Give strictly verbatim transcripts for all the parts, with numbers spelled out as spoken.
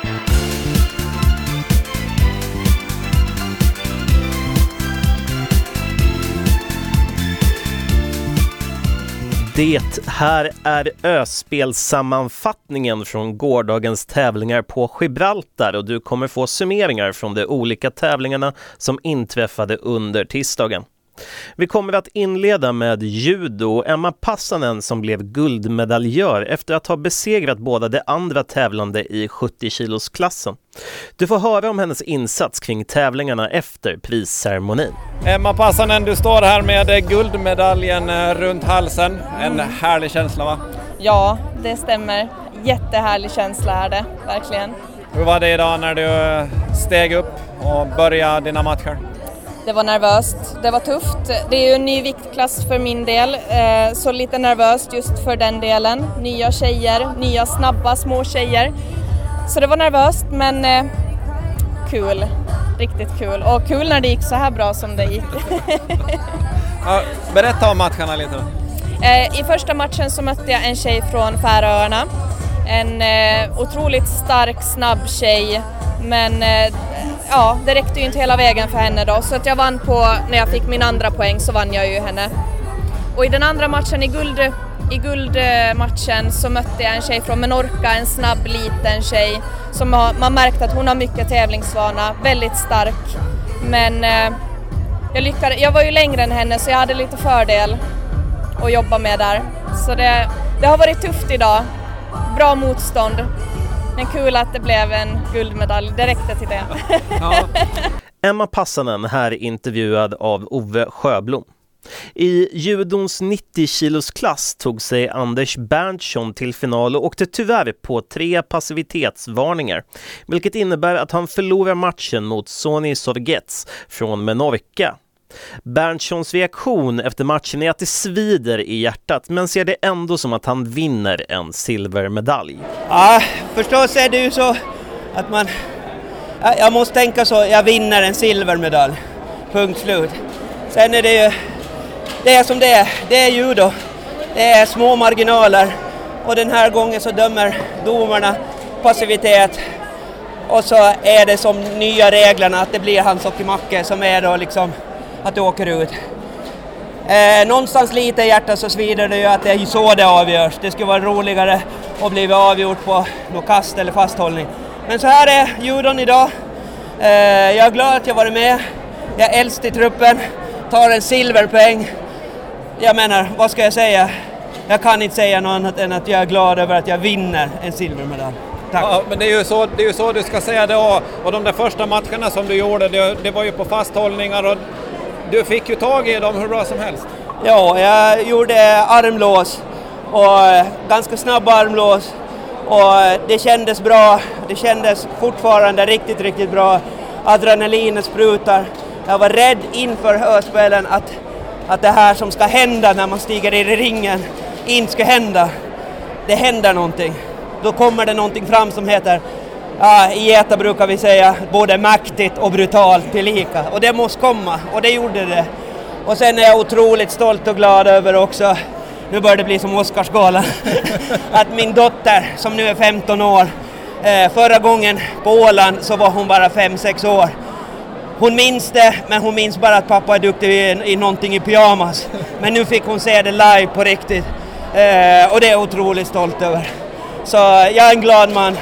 Det här är Öspelsammanfattningen från gårdagens tävlingar på Gibraltar och du kommer få summeringar från de olika tävlingarna som inträffade under tisdagen. Vi kommer att inleda med judo. Emma Passanen som blev guldmedaljör efter att ha besegrat båda de andra tävlande i sjuttio-kilosklassen. Du får höra om hennes insats kring tävlingarna efter prisceremonin. Emma Passanen, du står här med guldmedaljen runt halsen. En härlig känsla, va? Ja, det stämmer. Jättehärlig känsla är det, verkligen. Hur var det idag när du steg upp och började dina matcher? Det var nervöst, det var tufft. Det är ju en ny viktklass för min del, så lite nervöst just för den delen. Nya tjejer, nya snabba små tjejer. Så det var nervöst men kul, riktigt kul. Och kul när det gick så här bra som det gick. Ja, berätta om matcherna lite då. I första matchen så mötte jag en tjej från Färöarna. En otroligt stark, snabb tjej. Men ja, det räckte ju inte hela vägen för henne då. Så att jag vann på, när jag fick min andra poäng så vann jag ju henne. Och i den andra matchen, i, guld, i guldmatchen, så mötte jag en tjej från Menorca. En snabb, liten tjej. Som har, man märkte att hon har mycket tävlingsvana. Väldigt stark. Men eh, jag, lyckades, jag var ju längre än henne så jag hade lite fördel att jobba med där. Så det, det har varit tufft idag. Bra motstånd. Men kul att det blev en guldmedalj, det räckte till det. Ja. Emma Passanen här intervjuad av Ove Sjöblom. I judons nittio-kilosklass tog sig Anders Berntsson till final och åkte tyvärr på tre passivitetsvarningar. Vilket innebär att han förlorar matchen mot Sonny Sorgets från Menorca. Berntssons reaktion efter matchen är att det svider i hjärtat men ser det ändå som att han vinner en silvermedalj. Ja, förstås är det ju så att man... Jag måste tänka så, jag vinner en silvermedalj. Punkt slut. Sen är det ju... Det är som det är. Det är judo. Det är små marginaler. Och den här gången så dömer domarna passivitet. Och så är det som nya reglerna att det blir Hansoki-Macke som är då liksom... att du åker ut. Eh, någonstans lite i hjärtat så svider det ju att det är så det avgörs. Det skulle vara roligare att bli avgjort på något kast eller fasthållning. Men så här är judon idag. Eh, jag är glad att jag varit med. Jag är äldst i truppen. Tar en silverpoäng. Jag menar, vad ska jag säga? Jag kan inte säga något annat än att jag är glad över att jag vinner en silvermedalj. Tack. Ja, men det är ju så, det är ju så du ska säga det. Och, och de där första matcherna som du gjorde, det, det var ju på fasthållningar och du fick ju tag i dem hur bra som helst. Ja, jag gjorde armlås och ganska snabba armlås och det kändes bra. Det kändes fortfarande riktigt, riktigt bra. Adrenalinet sprutar. Jag var rädd inför hörspelen att, att det här som ska hända när man stiger i ringen inte ska hända. Det händer någonting. Då kommer det någonting fram som heter, ja, i ETA brukar vi säga, både mäktigt och brutalt tillika. Och det måste komma, och det gjorde det. Och sen är jag otroligt stolt och glad över också, nu börjar det bli som Oscarsgalan, att min dotter som nu är femton år, eh, förra gången på Åland så var hon bara fem sex år. Hon minns det, men hon minns bara att pappa är duktig i, i någonting i pyjamas. Men nu fick hon se det live på riktigt, eh, och det är jag otroligt stolt över. Så jag är en glad man.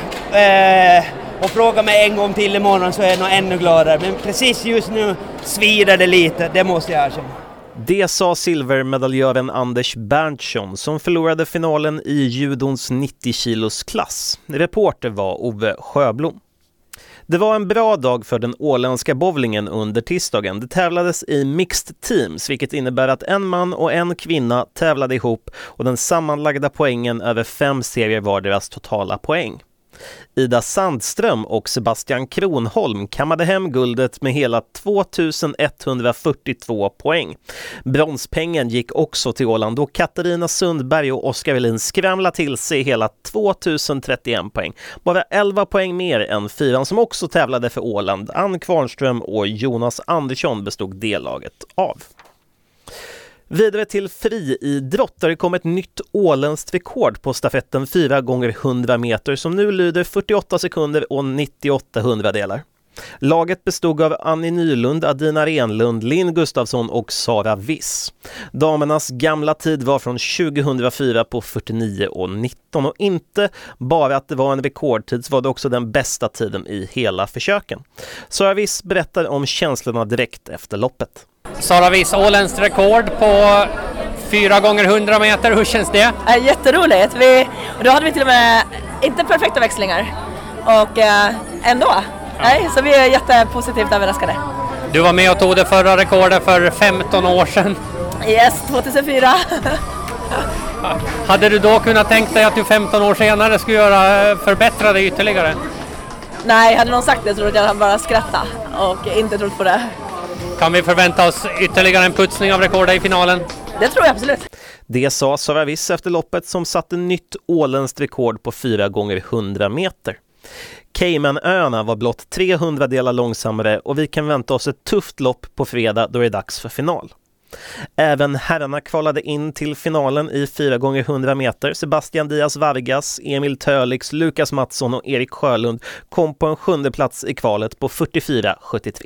Eh, och fråga mig en gång till imorgon så är jag nog ännu gladare. Men precis just nu svider det lite, det måste jag erkänna. Det sa silvermedaljören Anders Berntsson som förlorade finalen i judons nittio-kilosklass. Reporter var Ove Sjöblom. Det var en bra dag för den åländska bowlingen under tisdagen. Det tävlades i mixed teams, vilket innebär att en man och en kvinna tävlade ihop och den sammanlagda poängen över fem serier var deras totala poäng. Ida Sandström och Sebastian Kronholm kammade hem guldet med hela tvåtusen etthundrafyrtiotvå poäng. Bronspengen gick också till Åland och Katarina Sundberg och Oskar Welin skramlade till sig hela tvåtusen trettioen poäng. Bara elva poäng mer än fyran som också tävlade för Åland. Ann Kvarnström och Jonas Andersson bestod dellaget av. Vidare till friidrott där det kom ett nytt åländskt rekord på stafetten fyra gånger hundra meter som nu lyder fyrtioåtta sekunder och nittioåtta hundradelar. Laget bestod av Annie Nylund, Adina Renlund, Linn Gustafsson och Sara Wiss. Damernas gamla tid var från tjugohundrafyra på fyrtionio och nitton och inte bara att det var en rekordtid så var det också den bästa tiden i hela försöken. Sara Wiss berättar om känslorna direkt efter loppet. Sara Wiss, åländskt rekord på fyra gånger hundra meter, hur känns det? Äh, jätteroligt, vi, och då hade vi till och med inte perfekta växlingar och äh, ändå. Nej, så vi är jättepositivt överraskade. Du var med och tog det förra rekordet för femton år sedan. Yes, tjugohundrafyra. Hade du då kunnat tänka dig att du femton år senare skulle göra förbättra dig ytterligare? Nej, hade någon sagt det så jag bara skratta och inte trott på det. Kan vi förvänta oss ytterligare en putsning av rekordet i finalen? Det tror jag absolut. Det sa Sara Wiss efter loppet som satte nytt åländskt rekord på fyra gånger hundra meter. Caymanöarna var blott trehundra delar långsammare och vi kan vänta oss ett tufft lopp på fredag då det är dags för final. Även herrarna kvalade in till finalen i fyra gånger hundra meter. Sebastian Diaz Vargas, Emil Tölix, Lukas Mattsson och Erik Sjölund kom på en sjunde plats i kvalet på fyrtiofyra sjuttiotre.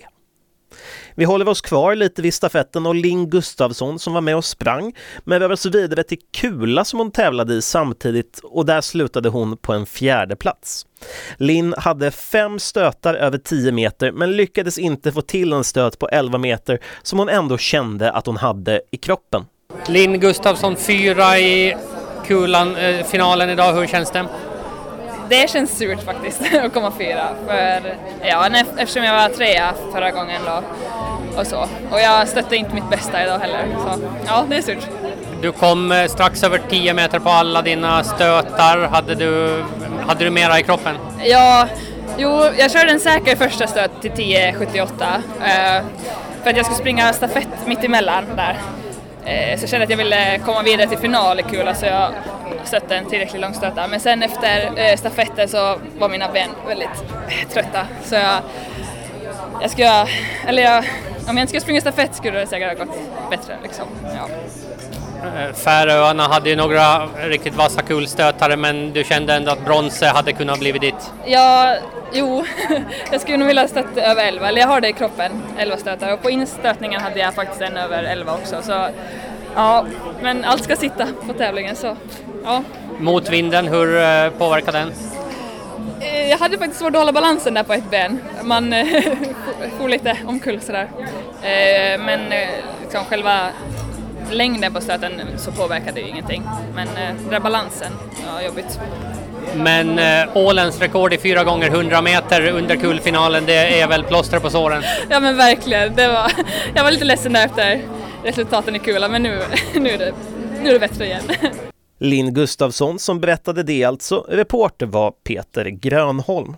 Vi håller oss kvar lite vid stafetten och Linn Gustafsson som var med och sprang, men vi var så vidare till kula som hon tävlade i samtidigt och där slutade hon på en fjärde plats. Linn hade fem stötar över tio meter men lyckades inte få till en stöt på elva meter som hon ändå kände att hon hade i kroppen. Linn Gustafsson fyra i kulan, eh, finalen idag, hur känns det? Det känns surt faktiskt att komma fyra för, ja, eftersom jag var trea förra gången då, och så. Och jag stötte inte mitt bästa idag heller, så ja, det är surt. Du kom strax över tio meter på alla dina stötar. Hade du, hade du mera i kroppen? Ja, jo, jag körde en säker första stöt till tio sjuttioåtta eh, för att jag skulle springa stafett mitt emellan där. Eh, så jag kände att jag ville komma vidare till final i kula så jag stötte en tillräckligt lång stöt där. Men sen efter eh, stafetten så var mina ben väldigt eh, trötta. Så jag, jag skulle, eller jag, om jag inte skulle springa stafett skulle det säkert ha gått bättre liksom, ja. Färöarna hade ju några riktigt vassa kulstötare men du kände ändå att brons hade kunnat bli ditt? Ja, jo, jag skulle nog vilja stötta över elva, eller jag har det i kroppen, elva stötar och på instötningen hade jag faktiskt en över elva också så ja, men allt ska sitta på tävlingen så ja. Motvinden, hur påverkar den? Jag hade faktiskt svårt att hålla balansen där på ett ben, man får lite omkull sådär men liksom själva längden på stöten så påverkade ju ingenting. Men eh, den där balansen, ja, jobbigt. Men eh, åländskt rekord i fyra gånger hundra meter under kulfinalen, det är väl plåster på såren? Ja men verkligen, det var, jag var lite ledsen där efter resultaten i kulan, men nu, nu, är det, nu är det bättre igen. Linn Gustafsson som berättade det alltså, reporter var Peter Grönholm.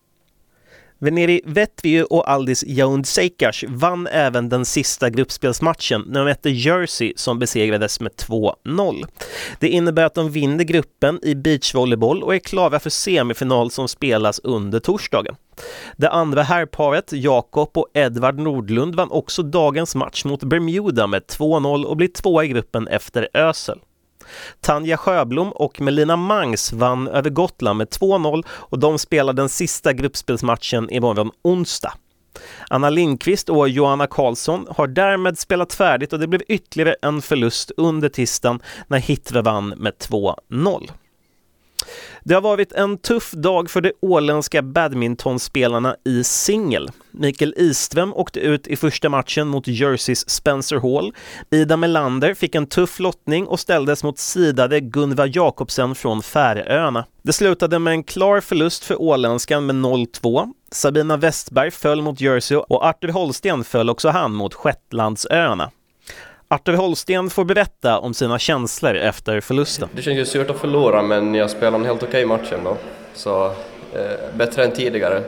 Veneri Vetviu och Aldis Jauntseikas vann även den sista gruppspelsmatchen när de mötte Jersey som besegrades med två noll. Det innebär att de vinner gruppen i beachvolleyboll och är klara för semifinal som spelas under torsdagen. Det andra herrparet, Jakob och Edvard Nordlund, vann också dagens match mot Bermuda med två noll och blir tvåa i gruppen efter Ösel. Tanja Sjöblom och Melina Mangs vann över Gotland med två noll och de spelar den sista gruppspelsmatchen imorgon onsdag. Anna Lindqvist och Johanna Karlsson har därmed spelat färdigt och det blev ytterligare en förlust under tisdagen när Hitra vann med två noll. Det har varit en tuff dag för de åländska badmintonspelarna i singel. Mikael Iström åkte ut i första matchen mot Jerseys Spencer Hall. Ida Melander fick en tuff lottning och ställdes mot sidade Gunvar Jakobsen från Färöarna. Det slutade med en klar förlust för åländskan med noll två. Sabina Westberg föll mot Jersey och Arthur Holsten föll också han mot Shetlandsöarna. Arthur Holsten får berätta om sina känslor efter förlusten. Det känns ju surt att förlora, men jag spelade en helt okej match ändå. Så eh, bättre än tidigare.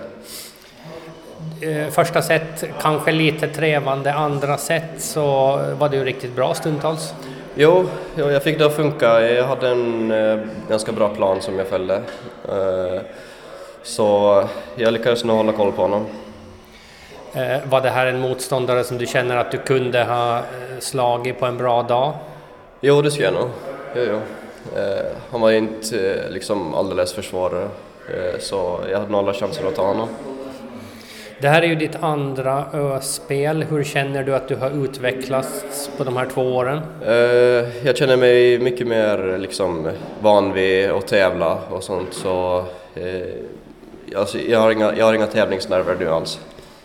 Första set kanske lite trevande, andra set så var det ju riktigt bra stundtals. Jo, jo jag fick det att funka. Jag hade en eh, ganska bra plan som jag följde. Eh, så jag lyckades nog hålla koll på honom. Eh, var det här en motståndare som du känner att du kunde ha eh, slagit på en bra dag? Jo, det skulle jag nog. Jo, jo. Eh, han var ju inte eh, liksom alldeles försvarare, eh, så jag hade nolla chanser att ta honom. Det här är ju ditt andra Ö-spel. Hur känner du att du har utvecklats på de här två åren? Eh, jag känner mig mycket mer liksom van vid att tävla och sånt, så eh, alltså, jag, har inga, jag har inga tävlingsnerver nu alls.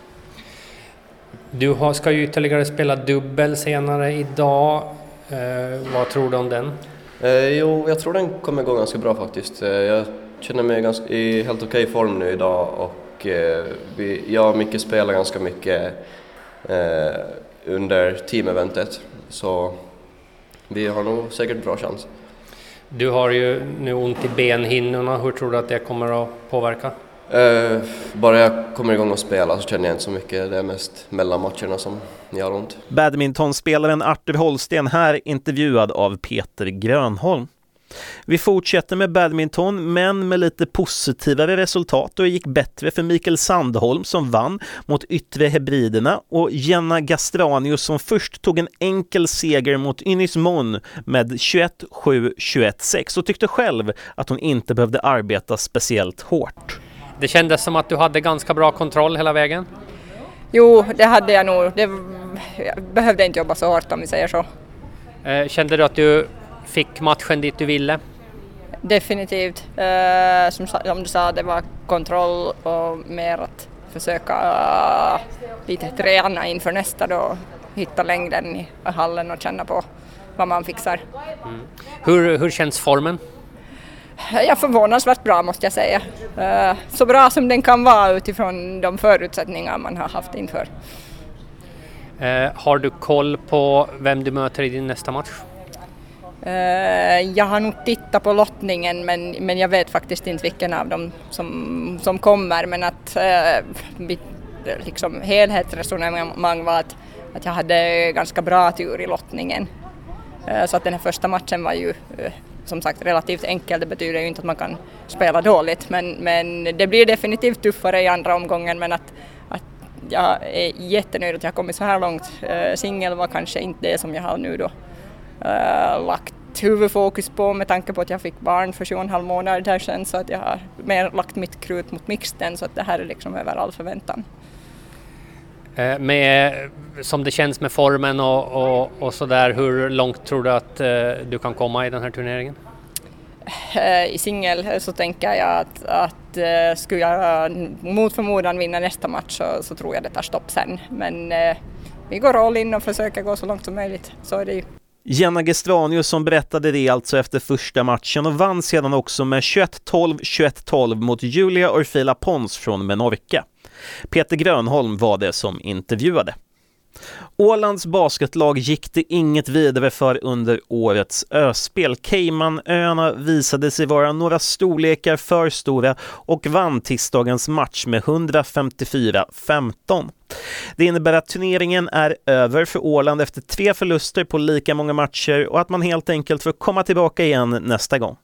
Du har, ska ju ytterligare spela dubbel senare idag. Eh, vad tror du om den? Eh, jo, jag tror den kommer gå ganska bra faktiskt. Eh, jag känner mig ganska, i helt okej form nu idag, och eh, vi, jag har mycket spelat ganska mycket eh, under teameventet, så vi har nog säkert bra chans. Du har ju nu ont i benhinnorna. Hur tror du att det kommer att påverka? Eh, bara jag kommer igång och spela så känner jag inte så mycket. Det är mest mellan matcherna som jag har ont. Badmintonspelaren Arthur Holsten här, intervjuad av Peter Grönholm. Vi fortsätter med badminton, men med lite positivare resultat, och det gick bättre för Mikael Sandholm som vann mot Yttre Hebriderna, och Jenna Gastranius som först tog en enkel seger mot Ynys Mon med tjugoett sju tjugoett sex och tyckte själv att hon inte behövde arbeta speciellt hårt. Det kändes som att du hade ganska bra kontroll hela vägen. Jo, det hade jag nog. Det, jag behövde inte jobba så hårt, om vi säger så. Eh, kände du att du fick matchen dit du ville? Definitivt. Eh, som, som du sa, det var kontroll och mer att försöka uh, lite träna inför nästa då. Hitta längden i hallen och känna på vad man fixar. Mm. Hur, hur känns formen? Jag förvånansvärt bra, måste jag säga. Uh, så bra som den kan vara utifrån de förutsättningar man har haft inför. Eh, har du koll på vem du möter i din nästa match? Uh, jag har nog tittat på lottningen, men, men jag vet faktiskt inte vilken av dem som, som kommer. Men att uh, mitt liksom, helhetsresonemang var att, att jag hade ganska bra tur i lottningen. Uh, så att den här första matchen var ju uh, som sagt relativt enkel. Det betyder ju inte att man kan spela dåligt, men, men det blir definitivt tuffare i andra omgången. Men att, att jag är jättenöjd att jag har kommit så här långt. Uh, singel var kanske inte det som jag har nu då uh, lagt huvudfokus på, med tanke på att jag fick barn för sju och en halv månader där sen, så att jag har mer lagt mitt krut mot mixten, så att det här är liksom över all förväntan. Eh, med, som det känns med formen och, och, och sådär, hur långt tror du att eh, du kan komma i den här turneringen? Eh, I singel så tänker jag att, att eh, skulle jag mot förmodan vinna nästa match, så, så tror jag det tar stopp sen. Men eh, vi går all in och försöker gå så långt som möjligt, så är det ju. Jenna Gastranius som berättade det alltså efter första matchen, och vann sedan också med tjugoett tolv tjugoett tolv mot Julia Orfila Pons från Menorca. Peter Grönholm var det som intervjuade. Ålands basketlag gick det inget vidare för under årets öspel. Caymanöarna visade sig vara några storlekar för stora och vann tisdagens match med hundrafemtiofyra femton. Det innebär att turneringen är över för Åland efter tre förluster på lika många matcher, och att man helt enkelt får komma tillbaka igen nästa gång.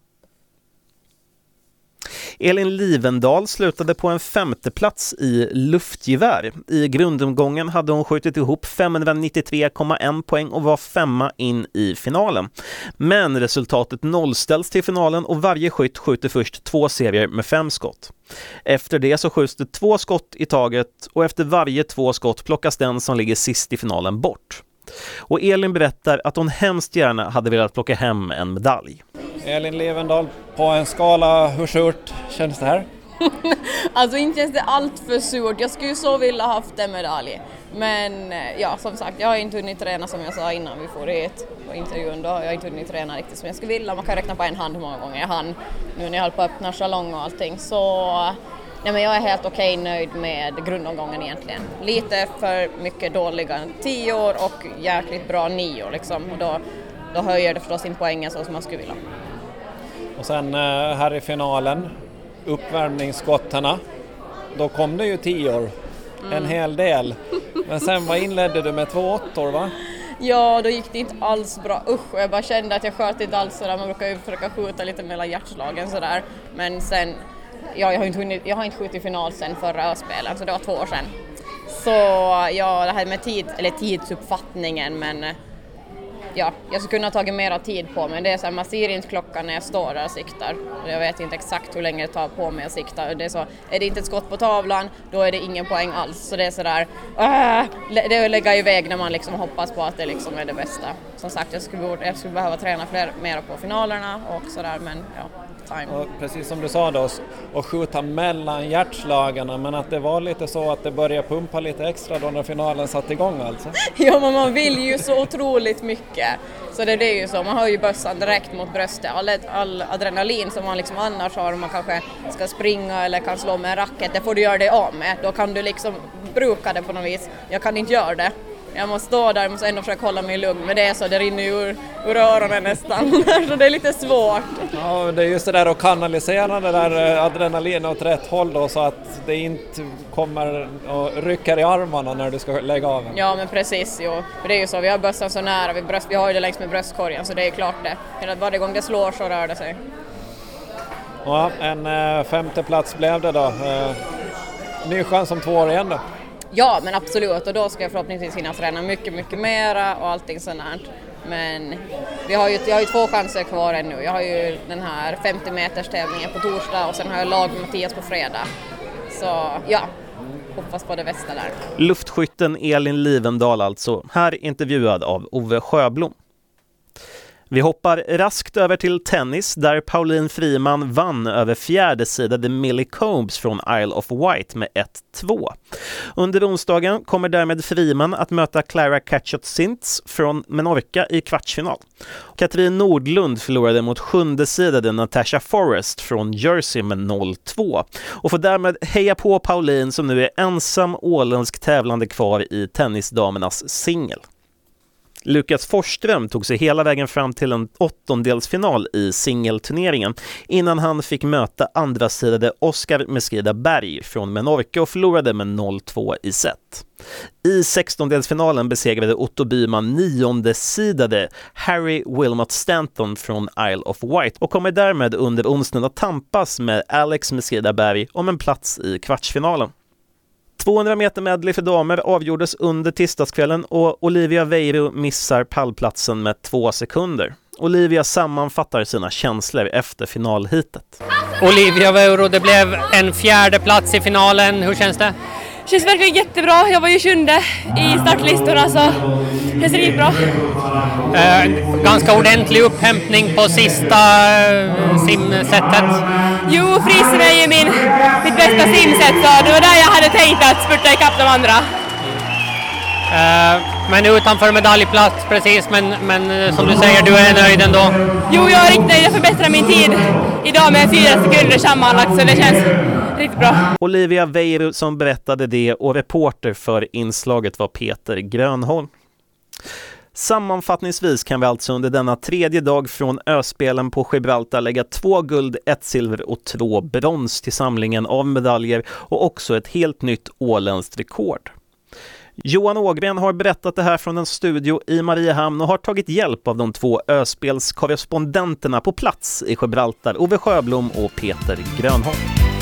Elin Livendal slutade på en femte plats i luftgevär. I grundomgången hade hon skjutit ihop femhundranittiotre komma en poäng och var femma in i finalen. Men resultatet nollställs till finalen, och varje skytt skjuter först två serier med fem skott. Efter det så skjuts det två skott i taget, och efter varje två skott plockas den som ligger sist i finalen bort. Och Elin berättar att hon hemskt gärna hade velat plocka hem en medalj. Elin Livendal, på en skala, hur surt känns det här? Alltså inte känns det allt för surt. Jag skulle så vilja ha haft en medalj. Men ja, som sagt, jag har inte hunnit träna som jag sa innan vi får hit på intervjun. Då har jag inte hunnit träna riktigt som jag skulle vilja. Man kan räkna på en hand hur många gånger jag hann nu när jag höll på att öppna salong och allting. Så nej, men jag är helt okej nöjd med grundomgången egentligen. Lite för mycket dåliga tio år och jäkligt bra nio liksom. Och då, då höjer det förstås sin poängen så som man skulle vilja. Och sen här i finalen, uppvärmningsskottarna, då kom det ju tio år, mm. en hel del. Men sen vad inledde du med två åttor, va? Ja, då gick det inte alls bra. Usch, jag bara kände att jag sköt inte alls sådär. Man brukar ju försöka skjuta lite mellan hjärtslagen sådär. Men sen, ja, jag har inte hunnit, jag har inte skjutit i final sen förra spelet, så det var två år sedan. Så ja, det här med tid, eller tidsuppfattningen, men ja, jag skulle kunna ha tagit mera tid på mig. Det är så här, man ser inte klockan när jag står där och siktar. Jag vet inte exakt hur länge det tar på mig att sikta. Det är, så, är det inte ett skott på tavlan, då är det ingen poäng alls. Så det är så där, äh, det är att lägga iväg när man liksom hoppas på att det liksom är det bästa. Som sagt, jag skulle, jag skulle behöva träna fler, mer på finalerna och sådär, men ja. Och precis som du sa då, att skjuta mellan hjärtslagarna, men att det var lite så att det började pumpa lite extra då när finalen satt igång alltså. Ja, men man vill ju så otroligt mycket. Så det, det är ju så, man har ju bössan direkt mot bröstet. All, all adrenalin som man liksom annars har om man kanske ska springa eller kan slå med en racket, det får du göra det av med. Då kan du liksom bruka det på något vis. Jag kan inte göra det. Jag måste stå där, jag måste ändå försöka hålla mig lugn, men det är så, det rinner ju ur, ur öronen nästan, så det är lite svårt. Ja, det är just det där att kanalisera det där adrenalin åt rätt håll då, så att det inte kommer och rycker i armarna när du ska lägga av den. Ja, men precis, jo. För det är ju så, vi har bössan så nära, vi, bröst, vi har ju det längs med bröstkorgen, så det är klart det. Hela, varje gång det slår så rör det sig. Ja, en äh, femte plats blev det då. Äh, ny chans om två år igen då. Ja, men absolut, och då ska jag förhoppningsvis hinna träna mycket, mycket mera och allting sånt här. Men vi har ju, jag har ju två chanser kvar ännu. Jag har ju den här femtio meters tävlingen på torsdag och sen har jag lag med Mattias på fredag. Så ja, hoppas på det bästa där. Luftskytten Elin Livendal alltså, här intervjuad av Ove Sjöblom. Vi hoppar raskt över till tennis där Pauline Friman vann över fjärdesidade Millie Combs från Isle of Wight med ett två. Under onsdagen kommer därmed Friman att möta Clara Katchot-Sintz från Menorca i kvartsfinal. Katrin Nordlund förlorade mot sjundesidade Natasha Forrest från Jersey med noll två och får därmed heja på Pauline som nu är ensam åländsk tävlande kvar i tennisdamernas singel. Lukas Forsström tog sig hela vägen fram till en åttondelsfinal i singelturneringen innan han fick möta andra sidade Oscar Mesquida Berg från Menorca och förlorade med noll två i set. I sextondelsfinalen besegrade Otto Byman niondesidade Harry Wilmot Stanton från Isle of Wight och kommer därmed under onsdagen att tampas med Alex Mesquida Berg om en plats i kvartsfinalen. tvåhundra meter medley för damer avgjordes under tisdagskvällen och Olivia Veiro missar pallplatsen med två sekunder. Olivia sammanfattar sina känslor efter finalhitet. Olivia Veiro, det blev en fjärde plats i finalen. Hur känns det? Det känns verkligen jättebra. Jag var ju sjunde i startlistorna så det känns riktigt bra. Eh, ganska ordentlig upphämtning på sista eh, simsättet. Jo, frisen är ju min, mitt bästa simsätt så det var där jag hade tänkt att spurta ikapp de andra. Eh, men utanför medaljplats precis, men, men som du säger, du är nöjd ändå? Jo, jag är riktigt nöjd. Jag förbättrar min tid idag med fyra sekunder sammanlagt så det känns riktigt bra. Olivia Veiro som berättade det och reporter för inslaget var Peter Grönholm. Sammanfattningsvis kan vi alltså under denna tredje dag från Öspelen på Gibraltar lägga två guld, ett silver och två brons till samlingen av medaljer och också ett helt nytt åländskt rekord. Johan Ågren har berättat det här från en studio i Mariehamn och har tagit hjälp av de två Öspelskorrespondenterna på plats i Gibraltar, Ove Sjöblom och Peter Grönholm.